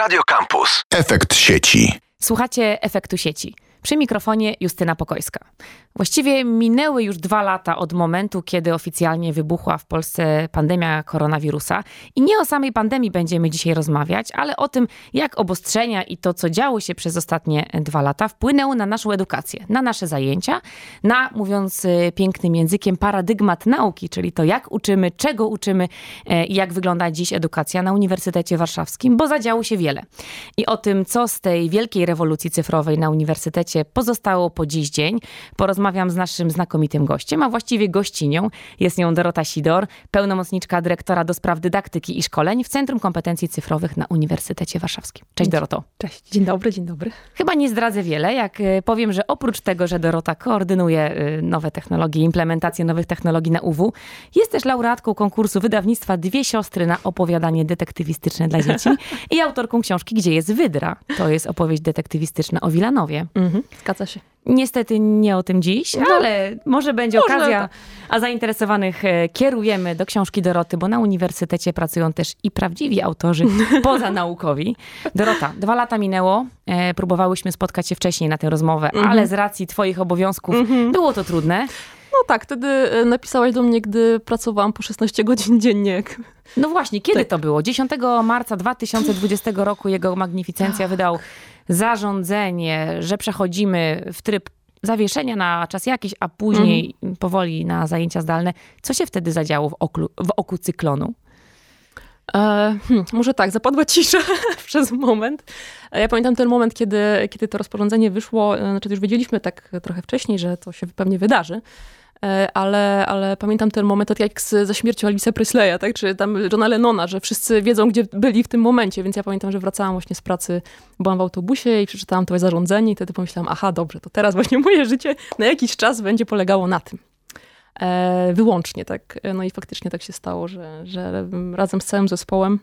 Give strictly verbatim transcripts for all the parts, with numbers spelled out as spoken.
Radio Campus. Efekt sieci. Słuchacie Efektu Sieci. Przy mikrofonie Justyna Pokojska. Właściwie minęły już dwa lata od momentu, kiedy oficjalnie wybuchła w Polsce pandemia koronawirusa. I nie o samej pandemii będziemy dzisiaj rozmawiać, ale o tym, jak obostrzenia i to, co działo się przez ostatnie dwa lata, wpłynęły na naszą edukację, na nasze zajęcia, na, mówiąc pięknym językiem, paradygmat nauki, czyli to, jak uczymy, czego uczymy i jak wygląda dziś edukacja na Uniwersytecie Warszawskim, bo zadziało się wiele. I o tym, co z tej wielkiej rewolucji cyfrowej na Uniwersytecie pozostało po dziś dzień, porozmawiam z naszym znakomitym gościem, a właściwie gościnią. Jest nią Dorota Sidor, pełnomocniczka dyrektora do spraw dydaktyki i szkoleń w Centrum Kompetencji Cyfrowych na Uniwersytecie Warszawskim. Cześć Doroto. Cześć, dzień dobry, dzień dobry. Chyba nie zdradzę wiele, jak powiem, że oprócz tego, że Dorota koordynuje nowe technologie, implementację nowych technologii na U W, jest też laureatką konkursu wydawnictwa Dwie Siostry na opowiadanie detektywistyczne dla dzieci i autorką książki Gdzie jest Wydra? To jest opowieść detektywistyczna o Wilanowie. Mhm, zgadza się. Niestety nie o tym dziś, no, ale może będzie może okazja, tak. A zainteresowanych kierujemy do książki Doroty, bo na uniwersytecie pracują też i prawdziwi autorzy pozanaukowi. Dorota, dwa lata minęło, e, próbowałyśmy spotkać się wcześniej na tę rozmowę, mhm. ale z racji twoich obowiązków mhm. było to trudne. No tak, wtedy napisałaś do mnie, gdy pracowałam po szesnaście godzin dziennie. No właśnie, kiedy tak. to było? dziesiątego marca dwa tysiące dwudziestego roku jego magnificencja wydał zarządzenie, że przechodzimy w tryb zawieszenia na czas jakiś, a później mm. powoli na zajęcia zdalne. Co się wtedy zadziało w, oklu, w oku cyklonu? E, hmm, może tak, zapadła cisza przez moment. Ja pamiętam ten moment, kiedy, kiedy to rozporządzenie wyszło, znaczy już wiedzieliśmy tak trochę wcześniej, że to się pewnie wydarzy. Ale, ale pamiętam ten moment, tak jak z, ze śmiercią Elvisa Presleya, tak? Czy tam Johna Lennona, że wszyscy wiedzą, gdzie byli w tym momencie, więc ja pamiętam, że wracałam właśnie z pracy, byłam w autobusie i przeczytałam to zarządzenie i wtedy pomyślałam, aha, dobrze, to teraz właśnie moje życie na jakiś czas będzie polegało na tym. E, wyłącznie, tak. No i faktycznie tak się stało, że, że razem z całym zespołem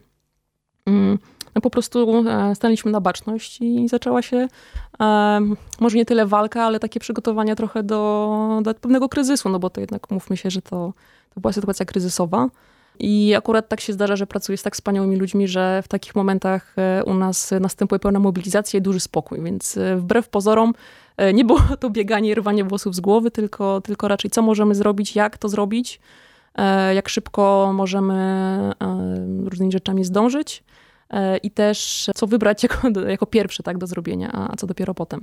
mm, no po prostu stanęliśmy na baczność i zaczęła się e, może nie tyle walka, ale takie przygotowania trochę do, do pewnego kryzysu, no bo to jednak mówmy się, że to, to była sytuacja kryzysowa. I akurat tak się zdarza, że pracuję z tak wspaniałymi ludźmi, że w takich momentach u nas następuje pełna mobilizacja i duży spokój, więc wbrew pozorom nie było to bieganie i rwanie włosów z głowy, tylko, tylko raczej co możemy zrobić, jak to zrobić, jak szybko możemy różnymi rzeczami zdążyć. I też co wybrać jako, jako pierwsze tak, do zrobienia, a, a co dopiero potem.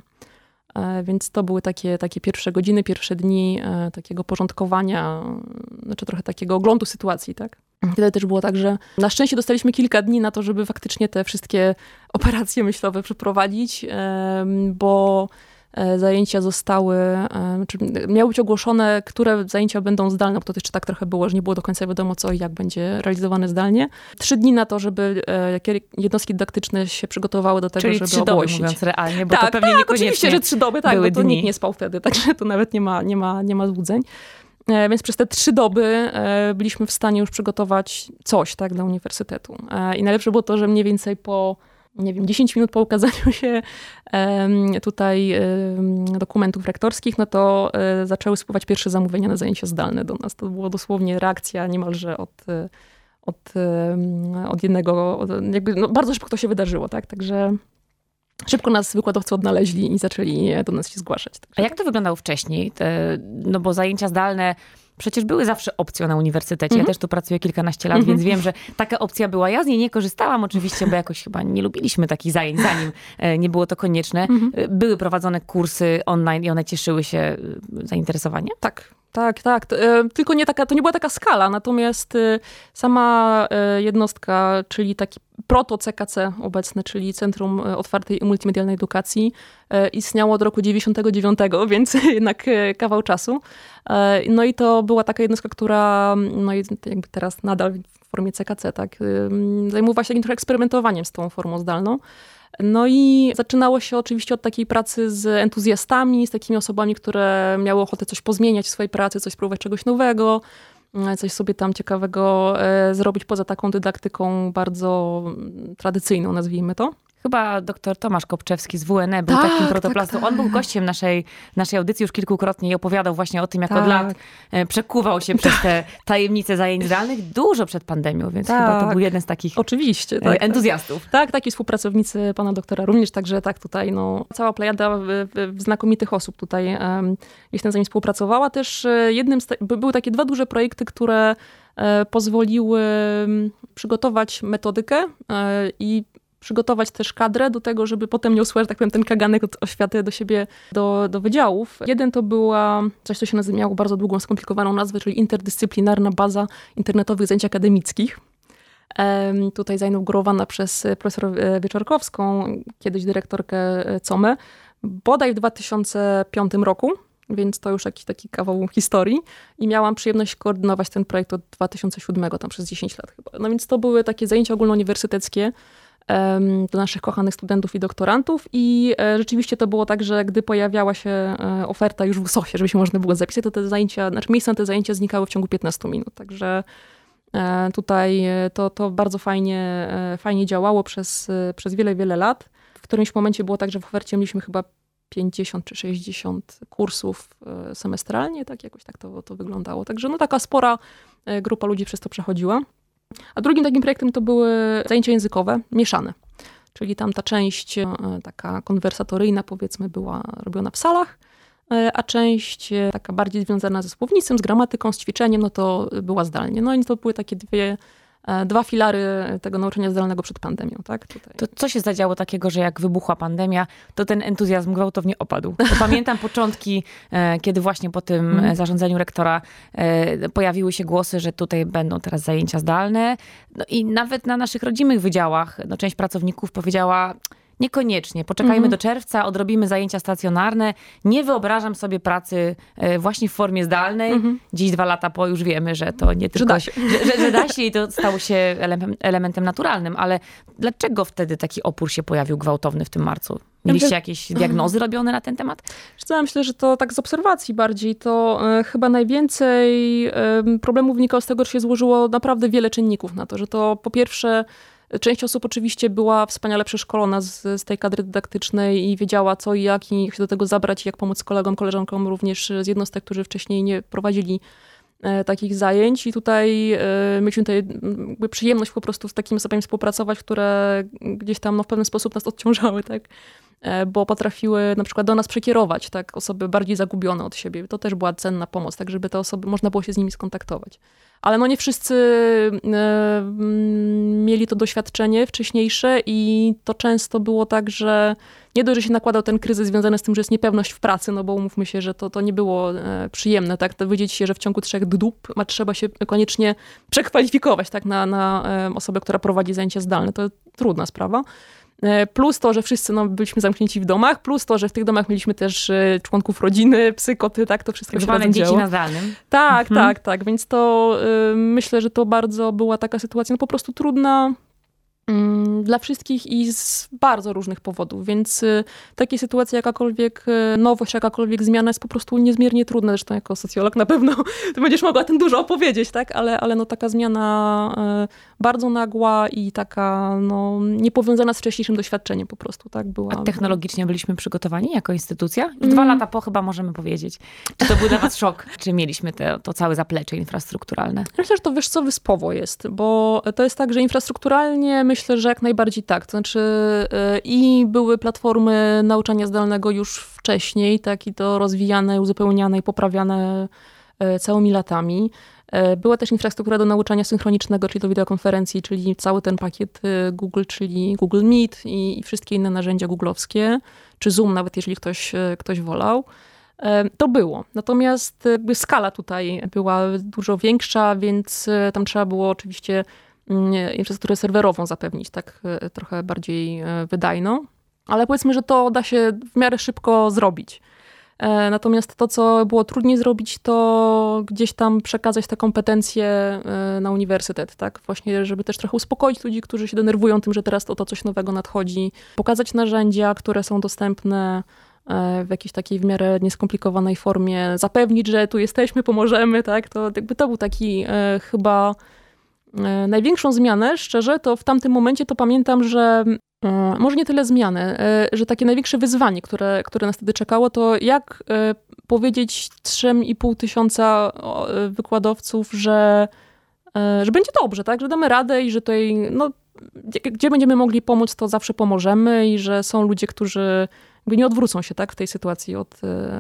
Więc to były takie, takie pierwsze godziny, pierwsze dni e, takiego porządkowania, znaczy trochę takiego oglądu sytuacji. Tak? Wtedy też było tak, że na szczęście dostaliśmy kilka dni na to, żeby faktycznie te wszystkie operacje myślowe przeprowadzić, e, bo zajęcia zostały, czy miały być ogłoszone, które zajęcia będą zdalne, bo to jeszcze tak trochę było, że nie było do końca wiadomo co i jak będzie realizowane zdalnie. Trzy dni na to, żeby jednostki dydaktyczne się przygotowały do tego, czyli żeby trzy ogłosić. doby, mówiąc realnie, bo tak, to pewnie tak, niekoniecznie oczywiście, że trzy doby, tak, były bo to dni. Nikt nie spał wtedy, także to nawet nie ma, nie ma, nie ma złudzeń. Więc przez te trzy doby byliśmy w stanie już przygotować coś tak, dla uniwersytetu. I najlepsze było to, że mniej więcej po nie wiem, dziesięć minut po ukazaniu się um, tutaj um, dokumentów rektorskich, no to um, zaczęły spływać pierwsze zamówienia na zajęcia zdalne do nas. To było dosłownie reakcja niemalże od, od, um, od jednego, od, jakby, no bardzo szybko to się wydarzyło, tak? Także szybko nas wykładowcy odnaleźli i zaczęli do nas się zgłaszać. Także. A jak to wyglądało wcześniej? Te, no bo zajęcia zdalne przecież były zawsze opcją na uniwersytecie. Mm-hmm. Ja też tu pracuję kilkanaście lat, mm-hmm. więc wiem, że taka opcja była. Ja z niej nie korzystałam oczywiście, bo jakoś chyba nie lubiliśmy takich zajęć, zanim nie było to konieczne. Mm-hmm. Były prowadzone kursy online i one cieszyły się zainteresowaniem? Tak. Tak, tak. Tylko nie taka, to nie była taka skala, natomiast sama jednostka, czyli taki proto-C K C obecne, czyli Centrum Otwartej i Multimedialnej Edukacji, istniało od roku dziewięćdziesiątego dziewiątego, więc jednak kawał czasu. No i to była taka jednostka, która no jakby teraz nadal w formie C K C, tak, zajmowała się takim trochę eksperymentowaniem z tą formą zdalną. No i zaczynało się oczywiście od takiej pracy z entuzjastami, z takimi osobami, które miały ochotę coś pozmieniać w swojej pracy, coś spróbować czegoś nowego, coś sobie tam ciekawego e, zrobić poza taką dydaktyką bardzo tradycyjną, nazwijmy to. Chyba doktor Tomasz Kopczewski z W N E był tak, takim protoplastą. Tak, On był tak. gościem naszej, naszej audycji już kilkukrotnie i opowiadał właśnie o tym, jak tak. od lat przekuwał się przez te tajemnice zajęć zdalnych dużo przed pandemią, więc tak. chyba to był jeden z takich Oczywiście, tak, entuzjastów. Tak, tak, taki współpracownicy pana doktora również, także tak tutaj no, cała plejada znakomitych osób tutaj um, gdzieś tam z nimi współpracowała. Też jednym z te, były takie dwa duże projekty, które e, pozwoliły przygotować metodykę e, i przygotować też kadrę do tego, żeby potem nie usuwać, tak powiem, ten kaganek od oświaty do siebie, do, do wydziałów. Jeden to była coś, co się nazywa, miało bardzo długą, skomplikowaną nazwę, czyli interdyscyplinarna baza internetowych zajęć akademickich. Um, tutaj zainaugurowana przez profesor Wieczorkowską, kiedyś dyrektorkę C O M E, bodaj w dwa tysiące piątym roku, więc to już jakiś taki kawał historii. I miałam przyjemność koordynować ten projekt od dwa tysiące siódmego, tam przez dziesięć lat chyba. No więc to były takie zajęcia ogólnouniwersyteckie um, dla naszych kochanych studentów i doktorantów i e, rzeczywiście to było tak, że gdy pojawiała się e, oferta już w sosie, żeby się można było zapisać, to te zajęcia, znaczy miejsca na te zajęcia znikały w ciągu piętnastu minut, także e, tutaj to, to bardzo fajnie, e, fajnie działało przez, e, przez wiele, wiele lat. W którymś momencie było tak, że w ofercie mieliśmy chyba pięćdziesiąt czy sześćdziesiąt kursów semestralnie, tak jakoś tak to, to wyglądało. Także no taka spora grupa ludzi przez to przechodziła. A drugim takim projektem to były zajęcia językowe, mieszane. Czyli tam ta część taka konwersatoryjna, powiedzmy, była robiona w salach, a część taka bardziej związana ze słownictwem, z gramatyką, z ćwiczeniem, no to była zdalnie. No i to były takie dwie Dwa filary tego nauczania zdalnego przed pandemią, tak? Tutaj. To co się zadziało takiego, że jak wybuchła pandemia, to ten entuzjazm gwałtownie opadł? To pamiętam początki, kiedy właśnie po tym mm. zarządzeniu rektora pojawiły się głosy, że tutaj będą teraz zajęcia zdalne. No i nawet na naszych rodzimych wydziałach no, część pracowników powiedziała: niekoniecznie. Poczekajmy mm. do czerwca, odrobimy zajęcia stacjonarne. Nie wyobrażam sobie pracy właśnie w formie zdalnej. Mm-hmm. Dziś, dwa lata po, już wiemy, że to nie tylko... Że da się. Że, że, że da się i to stało się elementem, elementem naturalnym. Ale dlaczego wtedy taki opór się pojawił gwałtowny w tym marcu? Mieliście jakieś diagnozy robione na ten temat? Ja myślę, że to tak z obserwacji bardziej. To e, chyba najwięcej e, problemów wynikało z tego, że się złożyło naprawdę wiele czynników na to. Że to po pierwsze... Część osób oczywiście była wspaniale przeszkolona z, z tej kadry dydaktycznej i wiedziała co i jak i jak się do tego zabrać, jak pomóc kolegom, koleżankom również z jednostek, którzy wcześniej nie prowadzili e, takich zajęć. I tutaj e, mieliśmy tutaj jakby przyjemność po prostu z takimi osobami współpracować, które gdzieś tam no, w pewien sposób nas odciążały, tak? E, bo potrafiły na przykład do nas przekierować tak? Osoby bardziej zagubione od siebie. To też była cenna pomoc, tak żeby te osoby, można było się z nimi skontaktować. Ale no nie wszyscy e, mieli to doświadczenie wcześniejsze i to często było tak, że nie dość, że się nakładał ten kryzys związany z tym, że jest niepewność w pracy, no bo umówmy się, że to, to nie było e, przyjemne, tak, dowiedzieć się, że w ciągu trzech dób ma, trzeba się koniecznie przekwalifikować, tak, na, na e, osobę, która prowadzi zajęcia zdalne. To trudna sprawa. Plus to, że wszyscy no, byliśmy zamknięci w domach, plus to, że w tych domach mieliśmy też y, członków rodziny, psy, koty, tak, to wszystko się razem dzieci działo. na zdalnym. Tak, mhm. tak, tak, więc to y, myślę, że to bardzo była taka sytuacja no, po prostu trudna y, dla wszystkich i z bardzo różnych powodów, więc y, w takiej sytuacji jakakolwiek y, nowość, jakakolwiek zmiana jest po prostu niezmiernie trudna, zresztą jako socjolog na pewno ty będziesz mogła o tym dużo opowiedzieć, tak, ale, ale no, taka zmiana y, bardzo nagła i taka no, niepowiązana z wcześniejszym doświadczeniem po prostu, tak, była. A technologicznie byliśmy przygotowani jako instytucja? Już mm. dwa lata po chyba możemy powiedzieć. Czy to był dla was szok? Czy mieliśmy te, to całe zaplecze infrastrukturalne? Myślę, że to wiesz co, wyspowo jest, bo to jest tak, że infrastrukturalnie myślę, że jak najbardziej tak. To znaczy yy, i były platformy nauczania zdalnego już wcześniej, tak, i to rozwijane, uzupełniane i poprawiane yy, całymi latami. Była też infrastruktura do nauczania synchronicznego, czyli do wideokonferencji, czyli cały ten pakiet Google, czyli Google Meet i, i wszystkie inne narzędzia googlowskie, czy Zoom nawet, jeżeli ktoś, ktoś wolał. To było. Natomiast jakby skala tutaj była dużo większa, więc tam trzeba było oczywiście infrastrukturę serwerową zapewnić, tak trochę bardziej wydajną. Ale powiedzmy, że to da się w miarę szybko zrobić. Natomiast to, co było trudniej zrobić, to gdzieś tam przekazać te kompetencje na uniwersytet, tak? Właśnie, żeby też trochę uspokoić ludzi, którzy się denerwują tym, że teraz to, to coś nowego nadchodzi. Pokazać narzędzia, które są dostępne w jakiejś takiej w miarę nieskomplikowanej formie. Zapewnić, że tu jesteśmy, pomożemy, tak? To jakby to był taki e, chyba e, największą zmianę, szczerze, to w tamtym momencie to pamiętam, że Może nie tyle zmiany, że takie największe wyzwanie, które, które nas wtedy czekało, to jak powiedzieć trzem i pół tysiąca wykładowców, że, że będzie dobrze, tak? Że damy radę i że tutaj, no, gdzie będziemy mogli pomóc, to zawsze pomożemy i że są ludzie, którzy jakby nie odwrócą się tak, w tej sytuacji od,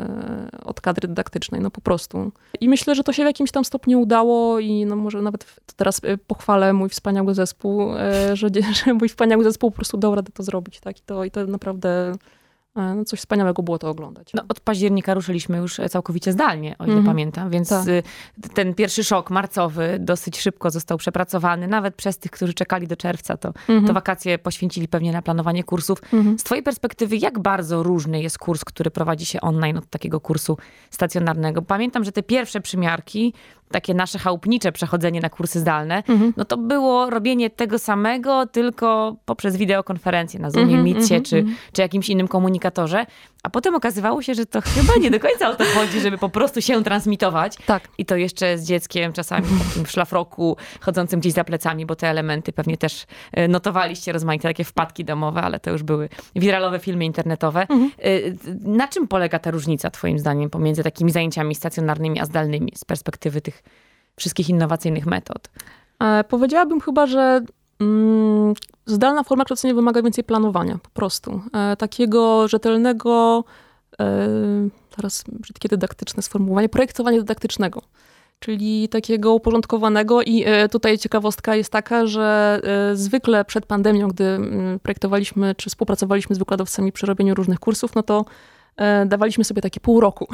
od kadry dydaktycznej, no po prostu. I myślę, że to się w jakimś tam stopniu udało i no może nawet teraz pochwalę mój wspaniały zespół, że, że mój wspaniały zespół po prostu dał radę to zrobić, tak? I to, i to naprawdę no coś wspaniałego było to oglądać. No, od października ruszyliśmy już całkowicie zdalnie, o ile Mhm. pamiętam, więc Tak. ten pierwszy szok marcowy dosyć szybko został przepracowany. Nawet przez tych, którzy czekali do czerwca, to, Mhm. to wakacje poświęcili pewnie na planowanie kursów. Mhm. Z twojej perspektywy, jak bardzo różny jest kurs, który prowadzi się online od takiego kursu stacjonarnego? Pamiętam, że te pierwsze przymiarki, takie nasze chałupnicze przechodzenie na kursy zdalne, Mhm. no to było robienie tego samego, tylko poprzez wideokonferencję na Zoomie, Mhm, Meetsie, mhm, czy, mhm. czy jakimś innym komunikatorze. A potem okazywało się, że to chyba nie do końca o to chodzi, żeby po prostu się transmitować. Tak. I to jeszcze z dzieckiem, czasami takim w szlafroku, chodzącym gdzieś za plecami, bo te elementy pewnie też e, notowaliście, rozmaite takie wpadki domowe, ale to już były wiralowe filmy internetowe. Mhm. E, Na czym polega ta różnica, twoim zdaniem, pomiędzy takimi zajęciami stacjonarnymi a zdalnymi z perspektywy tych wszystkich innowacyjnych metod? E, powiedziałabym chyba, że mm, zdalna forma kształcenia wymaga więcej planowania, po prostu. E, takiego rzetelnego, e, teraz brzydkie dydaktyczne sformułowanie, projektowania dydaktycznego. Czyli takiego uporządkowanego i e, tutaj ciekawostka jest taka, że e, zwykle przed pandemią, gdy mm, projektowaliśmy czy współpracowaliśmy z wykładowcami przy robieniu różnych kursów, no to e, dawaliśmy sobie takie pół roku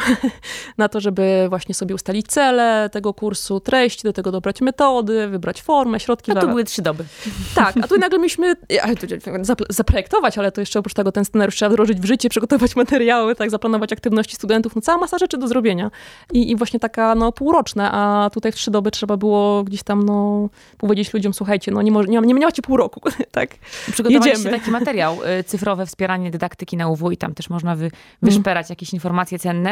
na to, żeby właśnie sobie ustalić cele tego kursu, treści, do tego dobrać metody, wybrać formę, środki. No to bla, bla. były trzy doby. Tak, a tu nagle mieliśmy ale to, zapl- zaprojektować, ale to jeszcze oprócz tego ten scenariusz trzeba wdrożyć w życie, przygotować materiały, tak, zaplanować aktywności studentów, no cała masa rzeczy do zrobienia. I, i właśnie taka no półroczna, a tutaj w trzy doby trzeba było gdzieś tam no powiedzieć ludziom, słuchajcie, no nie, może, nie, nie, nie macie pół roku, tak. Przygotowaliście Jedziemy. taki materiał, y, cyfrowe wspieranie dydaktyki na U W i tam też można wy, wyszperać jakieś informacje cenne.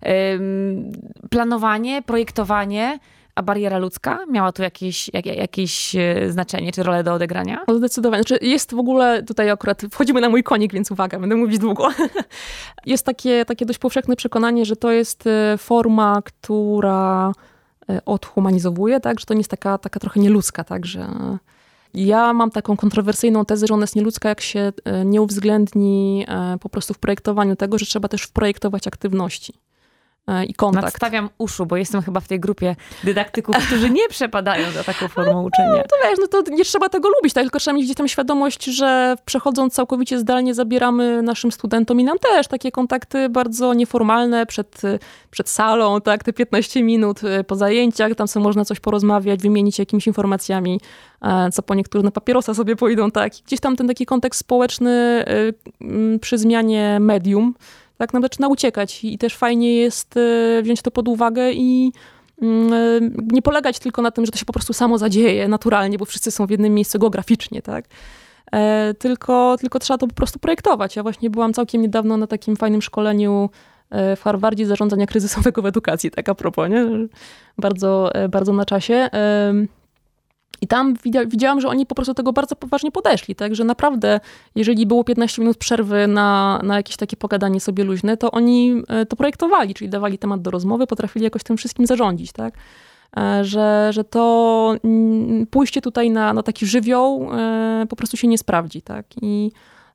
Ym, planowanie, projektowanie, a bariera ludzka miała tu jakieś, jak, jakieś y, znaczenie czy rolę do odegrania? No zdecydowanie. Znaczy jest w ogóle, tutaj akurat wchodzimy na mój konik, więc uwaga, będę mówić długo. Jest takie, takie dość powszechne przekonanie, że to jest e, forma, która e, odhumanizowuje, tak? Że to nie jest taka, taka trochę nieludzka, tak? Że ja mam taką kontrowersyjną tezę, że ona jest nieludzka, jak się e, nie uwzględni e, po prostu w projektowaniu tego, że trzeba też wprojektować aktywności e, i kontakt. Nadstawiam uszu, bo jestem chyba w tej grupie dydaktyków, którzy nie przepadają za taką formą uczenia. To wiesz, no to nie trzeba tego lubić, tak? Tylko trzeba mieć gdzieś tam świadomość, że przechodząc całkowicie zdalnie zabieramy naszym studentom i nam też takie kontakty bardzo nieformalne przed, przed salą, tak? Te piętnaście minut po zajęciach, tam sobie można coś porozmawiać, wymienić się jakimiś informacjami, co po niektórzy na papierosa sobie pójdą, tak? I gdzieś tam ten taki kontekst społeczny przy zmianie medium, tak? Nam zaczyna uciekać i też fajnie jest wziąć to pod uwagę i nie polegać tylko na tym, że to się po prostu samo zadzieje naturalnie, bo wszyscy są w jednym miejscu geograficznie, tak? E, tylko, tylko trzeba to po prostu projektować. Ja właśnie byłam całkiem niedawno na takim fajnym szkoleniu w Harvardzie zarządzania kryzysowego w edukacji, tak a propos, nie? Bardzo, bardzo na czasie. E, I tam widziałam, że oni po prostu do tego bardzo poważnie podeszli, tak? Że naprawdę, jeżeli było piętnaście minut przerwy na, na jakieś takie pogadanie sobie luźne, to oni to projektowali, czyli dawali temat do rozmowy, potrafili jakoś tym wszystkim zarządzić, tak? Że, że to pójście tutaj na, na taki żywioł po prostu się nie sprawdzi, tak? I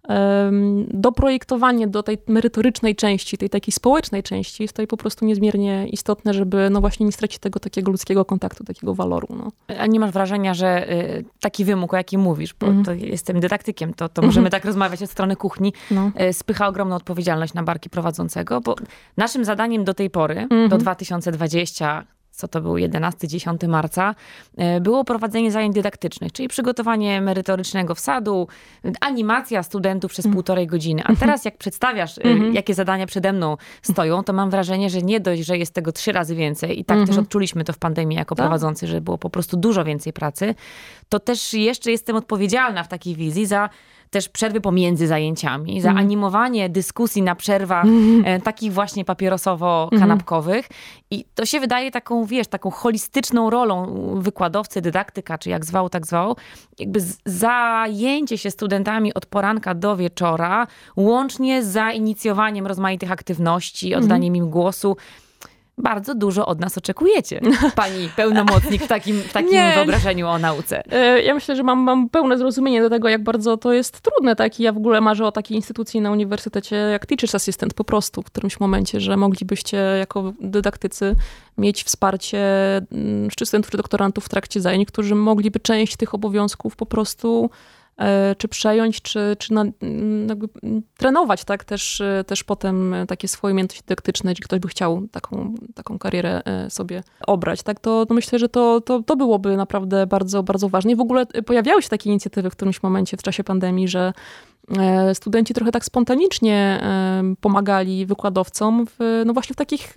doprojektowanie do tej merytorycznej części, tej takiej społecznej części jest tutaj po prostu niezmiernie istotne, żeby no właśnie nie stracić tego takiego ludzkiego kontaktu, takiego waloru. No. A nie masz wrażenia, że y, taki wymóg, o jakim mówisz, bo Mhm. to jestem dydaktykiem, to, to możemy tak rozmawiać od strony kuchni, No. y, spycha ogromną odpowiedzialność na barki prowadzącego, bo naszym zadaniem do tej pory, Mhm. do dwa tysiące dwudziestego, co to był jedenastego dziesiątego marca, y, było prowadzenie zajęć dydaktycznych, czyli przygotowanie merytorycznego wsadu, animacja studentów przez półtorej godziny. A teraz jak przedstawiasz, y, Mhm. jakie zadania przede mną stoją, to mam wrażenie, że nie dość, że jest tego trzy razy więcej i tak Mhm. też odczuliśmy to w pandemii jako Tak. prowadzący, że było po prostu dużo więcej pracy, to też jeszcze jestem odpowiedzialna w takiej wizji za też przerwy pomiędzy zajęciami, za animowanie dyskusji na przerwach e, takich właśnie papierosowo-kanapkowych. I to się wydaje taką, wiesz, taką holistyczną rolą wykładowcy, dydaktyka, czy jak zwał, tak zwał. Jakby zajęcie się studentami od poranka do wieczora, łącznie z zainicjowaniem rozmaitych aktywności, oddaniem im głosu. Bardzo dużo od nas oczekujecie, pani pełnomocnik w takim, w takim wyobrażeniu o nauce. Ja myślę, że mam, mam pełne zrozumienie do tego, jak bardzo to jest trudne. Tak? I ja w ogóle marzę o takiej instytucji na uniwersytecie jak Teachers Assistant po prostu w którymś momencie, że moglibyście jako dydaktycy mieć wsparcie czy studentów, czy doktorantów w trakcie zajęć, którzy mogliby część tych obowiązków po prostu czy przejąć, czy, czy na, jakby trenować, tak, też, też potem takie swoje umiejętności dydaktyczne, jeśli ktoś by chciał taką, taką karierę sobie obrać, tak, to, to myślę, że to, to, to byłoby naprawdę bardzo, bardzo ważne. I w ogóle pojawiały się takie inicjatywy w którymś momencie w czasie pandemii, że studenci trochę tak spontanicznie pomagali wykładowcom w, no właśnie w takich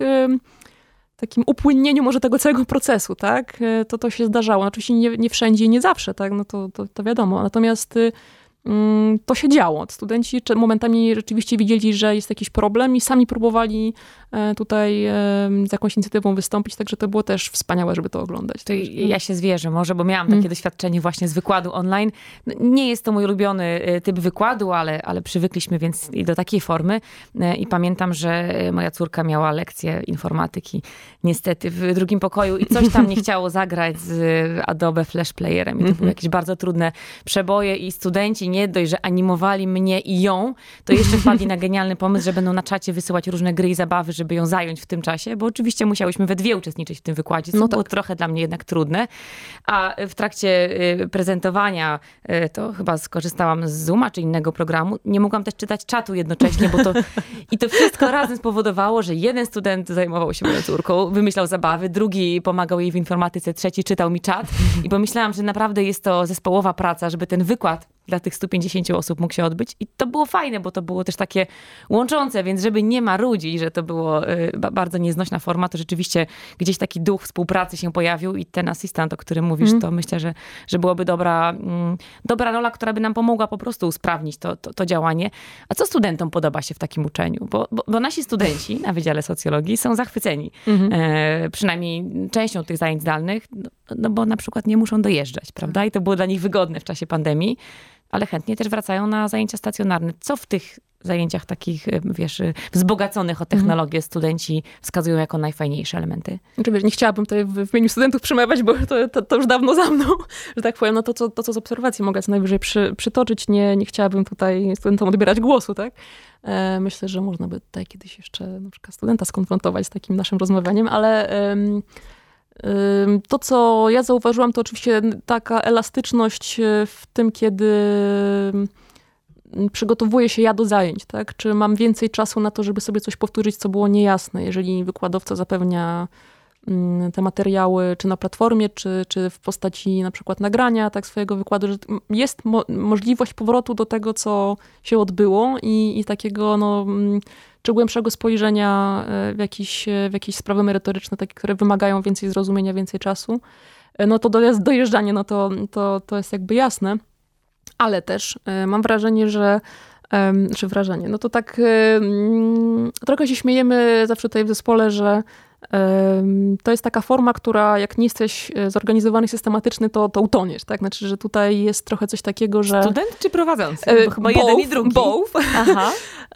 takim upłynnieniu może tego całego procesu, tak? To to się zdarzało. Oczywiście nie, nie wszędzie i nie zawsze, tak? No to, to, to wiadomo. Natomiast mm, to się działo. Studenci momentami rzeczywiście widzieli, że jest jakiś problem i sami próbowali tutaj z jakąś inicjatywą wystąpić, także to było też wspaniałe, żeby to oglądać. To ja się zwierzę może, bo miałam takie hmm. doświadczenie właśnie z wykładu online. Nie jest to mój ulubiony typ wykładu, ale, ale przywykliśmy więc i do takiej formy. I pamiętam, że moja córka miała lekcję informatyki niestety w drugim pokoju i coś tam nie chciało zagrać z Adobe Flash Playerem. I to były jakieś bardzo trudne przeboje i studenci nie dość, że animowali mnie i ją, to jeszcze wpadli na genialny pomysł, że będą na czacie wysyłać różne gry i zabawy, żeby ją zająć w tym czasie, bo oczywiście musiałyśmy we dwie uczestniczyć w tym wykładzie, co no było tak. trochę dla mnie jednak trudne. A w trakcie prezentowania to chyba skorzystałam z Zooma czy innego programu. Nie mogłam też czytać czatu jednocześnie, bo to i to wszystko razem spowodowało, że jeden student zajmował się moją córką, wymyślał zabawy, drugi pomagał jej w informatyce, trzeci czytał mi czat i pomyślałam, że naprawdę jest to zespołowa praca, żeby ten wykład dla tych stu pięćdziesięciu osób mógł się odbyć. I to było fajne, bo to było też takie łączące, więc żeby nie marudzić, że to było y, bardzo nieznośna forma, to rzeczywiście gdzieś taki duch współpracy się pojawił i ten asystent, o którym mówisz, mm. to myślę, że, że byłoby dobra, mm, dobra rola, która by nam pomogła po prostu usprawnić to, to, to działanie. A co studentom podoba się w takim uczeniu? Bo, bo, bo nasi studenci na Wydziale Socjologii są zachwyceni. Mm-hmm. E, przynajmniej częścią tych zajęć zdalnych, no, no bo na przykład nie muszą dojeżdżać, prawda? I to było dla nich wygodne w czasie pandemii. Ale chętnie też wracają na zajęcia stacjonarne. Co w tych zajęciach takich, wiesz, wzbogaconych o technologię mm. studenci wskazują jako najfajniejsze elementy? Znaczy, wiesz, nie chciałabym tutaj w, w imieniu studentów przemawiać, bo to, to, to już dawno za mną, że tak powiem. No to, to, to co z obserwacji mogę co najwyżej przy, przytoczyć. Nie, nie chciałabym tutaj studentom odbierać głosu, tak? E, myślę, że można by tutaj kiedyś jeszcze na przykład studenta skonfrontować z takim naszym rozmawianiem, ale... Em, To, co ja zauważyłam, to oczywiście taka elastyczność w tym, kiedy przygotowuję się ja do zajęć, tak? Czy mam więcej czasu na to, żeby sobie coś powtórzyć, co było niejasne. Jeżeli wykładowca zapewnia te materiały, czy na platformie, czy, czy w postaci na przykład nagrania tak swojego wykładu, że jest mo- możliwość powrotu do tego, co się odbyło i, i takiego no, czy głębszego spojrzenia w jakieś, w jakieś sprawy merytoryczne, takie, które wymagają więcej zrozumienia, więcej czasu, no to dojeżdżanie, no to, to, to jest jakby jasne. Ale też mam wrażenie, że czy wrażenie, no to tak trochę się śmiejemy zawsze tutaj w zespole, że to jest taka forma, która jak nie jesteś zorganizowany, systematyczny, to, to utoniesz, tak? Znaczy, że tutaj jest trochę coś takiego, że... Student czy prowadzący? Bo chyba both, jeden i drugi. Both. Aha.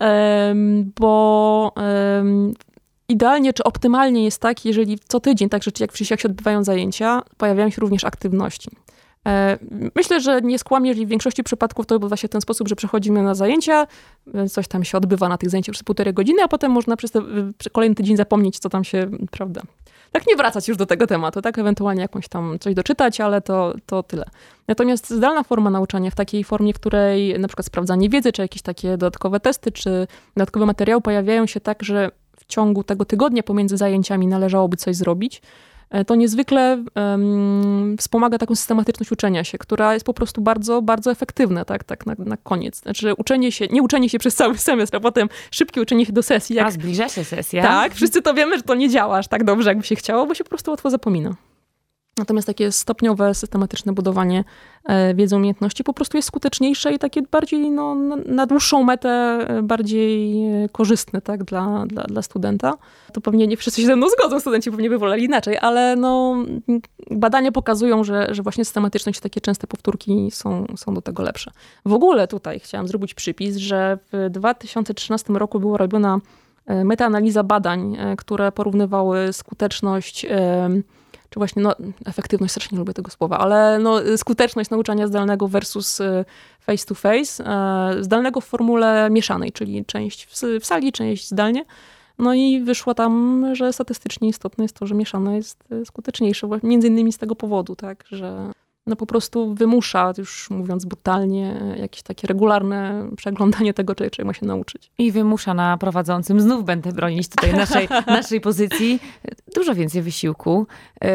Bo idealnie czy optymalnie jest tak, jeżeli co tydzień, tak, że jak jak się odbywają zajęcia, pojawiają się również aktywności. Myślę, że nie skłamię, jeżeli w większości przypadków to odbywa się w ten sposób, że przechodzimy na zajęcia, coś tam się odbywa na tych zajęciach przez półtorej godziny, a potem można przez, te, przez kolejny tydzień zapomnieć, co tam się, prawda, tak nie wracać już do tego tematu, tak, ewentualnie jakąś tam coś doczytać, ale to, to tyle. Natomiast zdalna forma nauczania w takiej formie, w której na przykład sprawdzanie wiedzy, czy jakieś takie dodatkowe testy, czy dodatkowe materiały pojawiają się tak, że w ciągu tego tygodnia pomiędzy zajęciami należałoby coś zrobić, to niezwykle um, wspomaga taką systematyczność uczenia się, która jest po prostu bardzo, bardzo efektywna, tak, tak na, na koniec. Znaczy uczenie się, nie uczenie się przez cały semestr, a potem szybkie uczenie się do sesji. Jak, a zbliża się sesja. Tak, wszyscy to wiemy, że to nie działa aż tak dobrze, jakby się chciało, bo się po prostu łatwo zapomina. Natomiast takie stopniowe, systematyczne budowanie wiedzy, umiejętności po prostu jest skuteczniejsze i takie bardziej no, na dłuższą metę bardziej korzystne, tak, dla, dla, dla studenta. To pewnie nie wszyscy się ze mną zgodzą, studenci pewnie by woleli inaczej, ale no, badania pokazują, że, że właśnie systematyczność, takie częste powtórki są, są do tego lepsze. W ogóle tutaj chciałam zrobić przypis, że w dwa tysiące trzynastym roku była robiona metaanaliza badań, które porównywały skuteczność czy właśnie no, efektywność, strasznie nie lubię tego słowa, ale no, skuteczność nauczania zdalnego versus face to face, zdalnego w formule mieszanej, czyli część w sali, część zdalnie. No i wyszło tam, że statystycznie istotne jest to, że mieszane jest skuteczniejsze, między innymi z tego powodu, tak, że no po prostu wymusza, już mówiąc brutalnie, jakieś takie regularne przeglądanie tego, czego czego ma się nauczyć. I wymusza na prowadzącym, znów będę bronić tutaj naszej, naszej pozycji, dużo więcej wysiłku,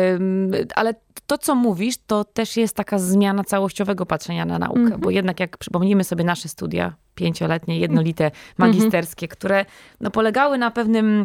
ale to, co mówisz, to też jest taka zmiana całościowego patrzenia na naukę, mm-hmm. bo jednak jak przypomnimy sobie nasze studia pięcioletnie, jednolite, magisterskie, mm-hmm. które no, polegały na pewnym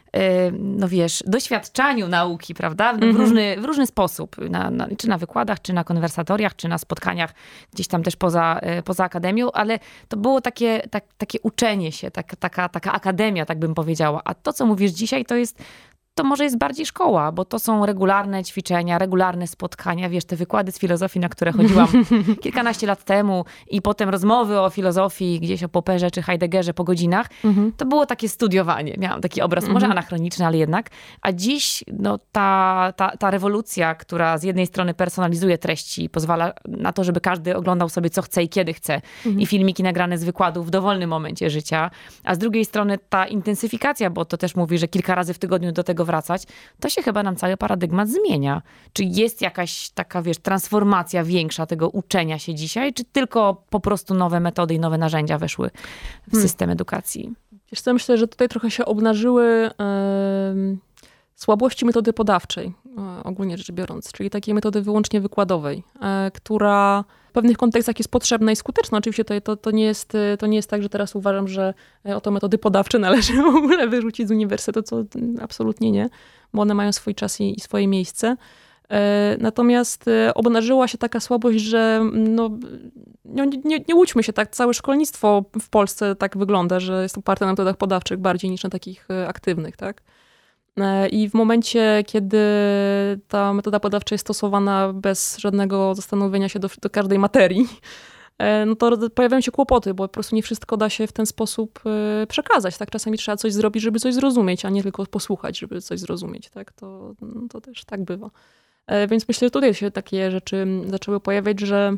no wiesz, doświadczaniu nauki, prawda? W, mm-hmm. różny, w różny sposób. Na, na, czy na wykładach, czy na konwersatoriach, czy na spotkaniach gdzieś tam też poza, poza akademią, ale to było takie, tak, takie uczenie się, tak, taka, taka akademia, tak bym powiedziała. A to, co mówisz dzisiaj, to jest to może jest bardziej szkoła, bo to są regularne ćwiczenia, regularne spotkania, wiesz, te wykłady z filozofii, na które chodziłam kilkanaście lat temu i potem rozmowy o filozofii gdzieś o Popperze czy Heideggerze po godzinach, mm-hmm. to było takie studiowanie. Miałam taki obraz, mm-hmm. może anachroniczny, ale jednak. A dziś no, ta, ta, ta rewolucja, która z jednej strony personalizuje treści i pozwala na to, żeby każdy oglądał sobie co chce i kiedy chce mm-hmm. i filmiki nagrane z wykładów w dowolnym momencie życia, a z drugiej strony ta intensyfikacja, bo to też mówi, że kilka razy w tygodniu do tego wracać, to się chyba nam cały paradygmat zmienia. Czy jest jakaś taka, wiesz, transformacja większa tego uczenia się dzisiaj, czy tylko po prostu nowe metody i nowe narzędzia weszły w hmm. system edukacji? Wiesz co, myślę, że tutaj trochę się obnażyły yy, słabości metody podawczej, yy, ogólnie rzecz biorąc, czyli takiej metody wyłącznie wykładowej, yy, która w pewnych kontekstach jest potrzebna i skuteczna. Oczywiście to, to, to, nie jest, to nie jest tak, że teraz uważam, że oto metody podawcze należy w ogóle wyrzucić z uniwersytetu, co absolutnie nie, bo one mają swój czas i, i swoje miejsce. Natomiast obnażyła się taka słabość, że no, nie, nie, nie łudźmy się, tak, całe szkolnictwo w Polsce tak wygląda, że jest oparte na metodach podawczych bardziej niż na takich aktywnych, tak. I w momencie, kiedy ta metoda podawcza jest stosowana bez żadnego zastanowienia się do, do każdej materii, no to pojawiają się kłopoty, bo po prostu nie wszystko da się w ten sposób przekazać. Tak? Czasami trzeba coś zrobić, żeby coś zrozumieć, a nie tylko posłuchać, żeby coś zrozumieć. Tak? To, to też tak bywa. Więc myślę, że tutaj się takie rzeczy zaczęły pojawiać, że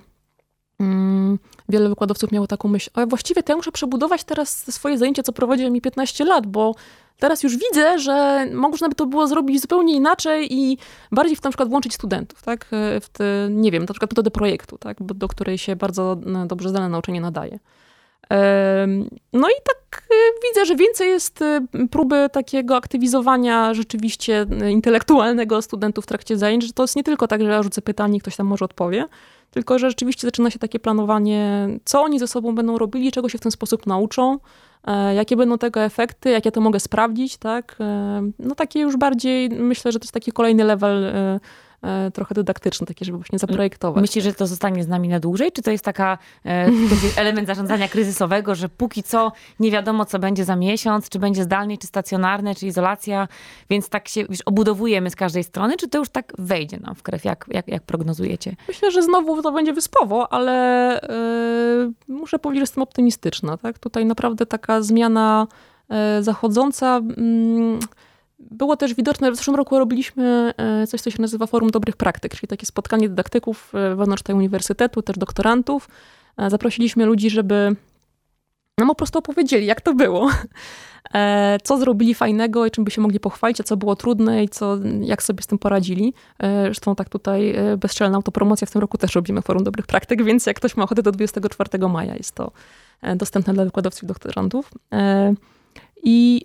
mm, wiele wykładowców miało taką myśl, a właściwie to ja muszę przebudować teraz swoje zajęcia, co prowadziłem mi piętnaście lat, bo teraz już widzę, że można by to było zrobić zupełnie inaczej i bardziej w na przykład włączyć studentów, tak? W te, nie wiem, na przykład metodę projektu, tak? Do której się bardzo dobrze zdalne nauczanie nadaje. No i tak widzę, że więcej jest próby takiego aktywizowania rzeczywiście intelektualnego studentów w trakcie zajęć, że to jest nie tylko tak, że ja rzucę pytanie i ktoś tam może odpowie, tylko że rzeczywiście zaczyna się takie planowanie, co oni ze sobą będą robili, czego się w ten sposób nauczą, jakie będą tego efekty, jak ja to mogę sprawdzić, tak? No takie już bardziej, myślę, że to jest taki kolejny level trochę dydaktyczny, taki, żeby właśnie zaprojektować. Myślisz, że to zostanie z nami na dłużej? Czy to jest taka e, element zarządzania kryzysowego, że póki co nie wiadomo, co będzie za miesiąc, czy będzie zdalnie, czy stacjonarne, czy izolacja, więc tak się wiesz, obudowujemy z każdej strony, czy to już tak wejdzie nam w krew, jak, jak, jak prognozujecie? Myślę, że znowu to będzie wyspowo, ale yy, muszę powiedzieć, że jestem optymistyczna. Tak? Tutaj naprawdę taka zmiana yy, zachodząca. Yy, Było też widoczne, w zeszłym roku robiliśmy coś, co się nazywa Forum Dobrych Praktyk, czyli takie spotkanie dydaktyków wewnątrz tego uniwersytetu, też doktorantów. Zaprosiliśmy ludzi, żeby nam po prostu opowiedzieli, jak to było, co zrobili fajnego i czym by się mogli pochwalić, a co było trudne i co, jak sobie z tym poradzili. Zresztą tak tutaj bezczelna autopromocja, w tym roku też robimy Forum Dobrych Praktyk, więc jak ktoś ma ochotę, do dwudziestego czwartego maja jest to dostępne dla wykładowców i doktorantów. I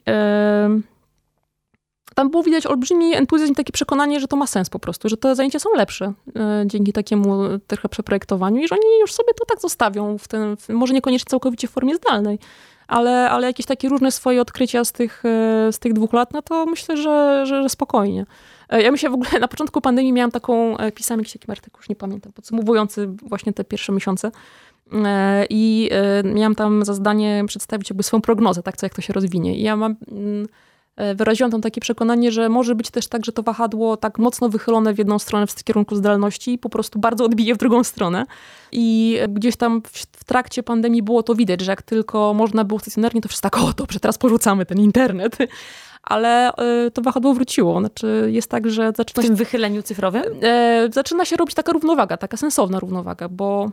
tam było widać olbrzymi entuzjazm i takie przekonanie, że to ma sens po prostu, że te zajęcia są lepsze dzięki takiemu trochę przeprojektowaniu i że oni już sobie to tak zostawią, w ten, w, może niekoniecznie całkowicie w formie zdalnej, ale, ale jakieś takie różne swoje odkrycia z tych, z tych dwóch lat, no to myślę, że, że, że spokojnie. Ja myślę w ogóle, na początku pandemii miałam taką, pisałam jakiś taki artykuł, już nie pamiętam, podsumowujący właśnie te pierwsze miesiące. I miałam tam za zadanie przedstawić jakby swoją prognozę, tak, co jak to się rozwinie. I ja mam, wyraziłam tam takie przekonanie, że może być też tak, że to wahadło tak mocno wychylone w jedną stronę w kierunku zdalności po prostu bardzo odbije w drugą stronę. I gdzieś tam w, w trakcie pandemii było to widać, że jak tylko można było stacjonarnie, to wszyscy tak, o dobrze, teraz porzucamy ten internet. Ale y, to wahadło wróciło. Znaczy jest tak, że zaczyna w tym się, wychyleniu cyfrowym? Y, zaczyna się robić taka równowaga, taka sensowna równowaga, bo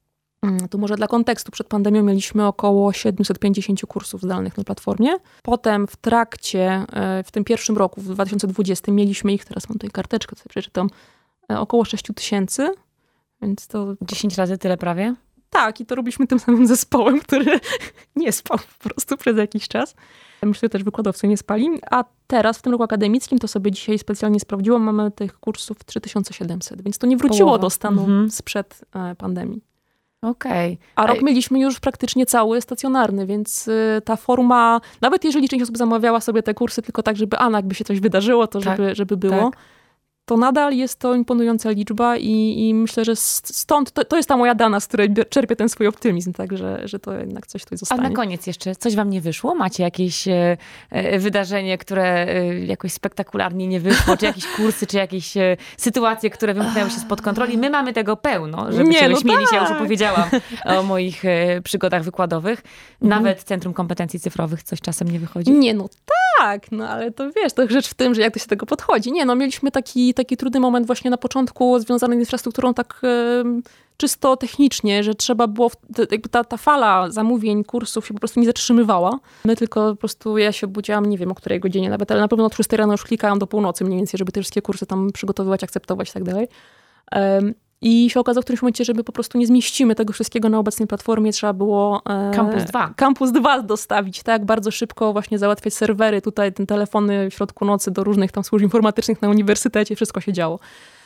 y, tu może dla kontekstu, przed pandemią mieliśmy około siedemset pięćdziesiąt kursów zdalnych na platformie. Potem w trakcie, y, w tym pierwszym roku, w dwa tysiące dwudziestym, mieliśmy ich, teraz mam tutaj karteczkę, sobie przeczytam, y, około sześć tysięcy. Więc to... dziesięć razy tyle prawie? Tak, i to robiliśmy tym samym zespołem, który nie spał po prostu przez jakiś czas. Myślę, że też wykładowcy nie spali. A teraz w tym roku akademickim, to sobie dzisiaj specjalnie sprawdziłam, mamy tych kursów trzy tysiące siedemset, więc to nie wróciło Połowa. do stanu Mhm. sprzed e, pandemii. Okej. A rok Ej. mieliśmy już praktycznie cały stacjonarny, więc y, ta forma, nawet jeżeli część osób zamawiała sobie te kursy tylko tak, żeby a, no jakby się coś wydarzyło, to Tak, żeby, żeby było, tak. to nadal jest to imponująca liczba i, i myślę, że stąd, to, to jest ta moja dana, z której czerpię ten swój optymizm, tak, że, że to jednak coś tu A zostanie. na koniec jeszcze, coś wam nie wyszło? Macie jakieś e, e, wydarzenie, które e, jakoś spektakularnie nie wyszło? Czy jakieś kursy, czy jakieś e, sytuacje, które wymknęły się spod kontroli? My mamy tego pełno, żeby Nie, się no śmieli się. Ja już tak. opowiedziałam o moich e, przygodach wykładowych. Nawet Centrum Kompetencji Cyfrowych coś czasem nie wychodzi. Nie, no tak, no ale to wiesz, to rzecz w tym, że jak do się tego podchodzi. Nie, no mieliśmy taki, taki trudny moment właśnie na początku związany z infrastrukturą tak e, czysto technicznie, że trzeba było, w, jakby ta, ta fala zamówień, kursów się po prostu nie zatrzymywała. My tylko po prostu, ja się obudziłam, nie wiem o której godzinie nawet, ale na pewno od szóstej rano już klikałam do północy mniej więcej, żeby te wszystkie kursy tam przygotowywać, akceptować i tak dalej. Um, I się okazało w którymś momencie, że my po prostu nie zmieścimy tego wszystkiego na obecnej platformie. Trzeba było e, Campus dwa. Campus dwa dostawić, tak? Bardzo szybko właśnie załatwiać serwery, tutaj ten telefony w środku nocy do różnych tam służb informatycznych na uniwersytecie, wszystko się działo.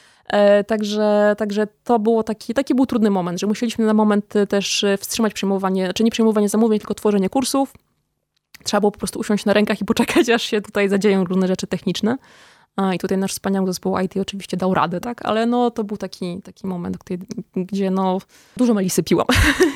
E, także, także to było taki, taki był trudny moment, że musieliśmy na moment też wstrzymać przyjmowanie, czy nie przyjmowanie zamówień, tylko tworzenie kursów. Trzeba było po prostu usiąść na rękach i poczekać, aż się tutaj zadzieją różne rzeczy techniczne. A, i tutaj nasz wspaniały zespół I T oczywiście dał radę, tak? Ale no, to był taki, taki moment, gdzie no, dużo melisy piłam.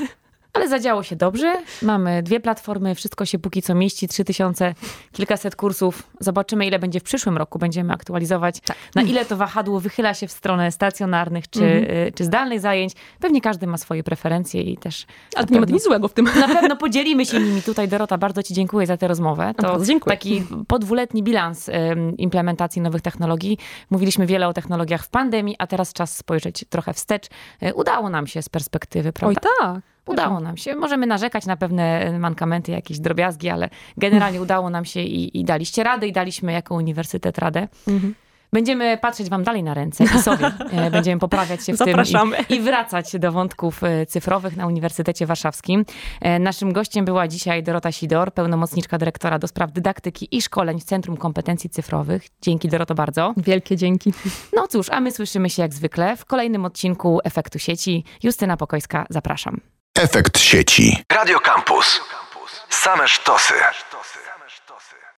Ale zadziało się dobrze. Mamy dwie platformy, wszystko się póki co mieści, trzy tysiące, kilkaset kursów. Zobaczymy, ile będzie w przyszłym roku. Będziemy aktualizować, tak. Na ile to wahadło wychyla się w stronę stacjonarnych czy, mm-hmm. czy zdalnych zajęć. Pewnie każdy ma swoje preferencje i też... Ale nie ma nic złego w tym. Na pewno podzielimy się nimi tutaj. Dorota, bardzo ci dziękuję za tę rozmowę. To bardzo dziękuję. Taki podwuletni bilans implementacji nowych technologii. Mówiliśmy wiele o technologiach w pandemii, a teraz czas spojrzeć trochę wstecz. Udało nam się z perspektywy, prawda? Oj tak. Udało nam się. Możemy narzekać na pewne mankamenty, jakieś drobiazgi, ale generalnie udało nam się i, i daliście radę i daliśmy jako uniwersytet radę. Mhm. Będziemy patrzeć wam dalej na ręce i sobie. Będziemy poprawiać się w Zapraszamy. tym i, i wracać do wątków cyfrowych na Uniwersytecie Warszawskim. Naszym gościem była dzisiaj Dorota Sidor, pełnomocniczka dyrektora do spraw dydaktyki i szkoleń w Centrum Kompetencji Cyfrowych. Dzięki, Doroto, bardzo. Wielkie dzięki. No cóż, a my słyszymy się jak zwykle w kolejnym odcinku Efektu Sieci. Justyna Pokojska, zapraszam. Efekt sieci. Radio Campus. Same sztosy.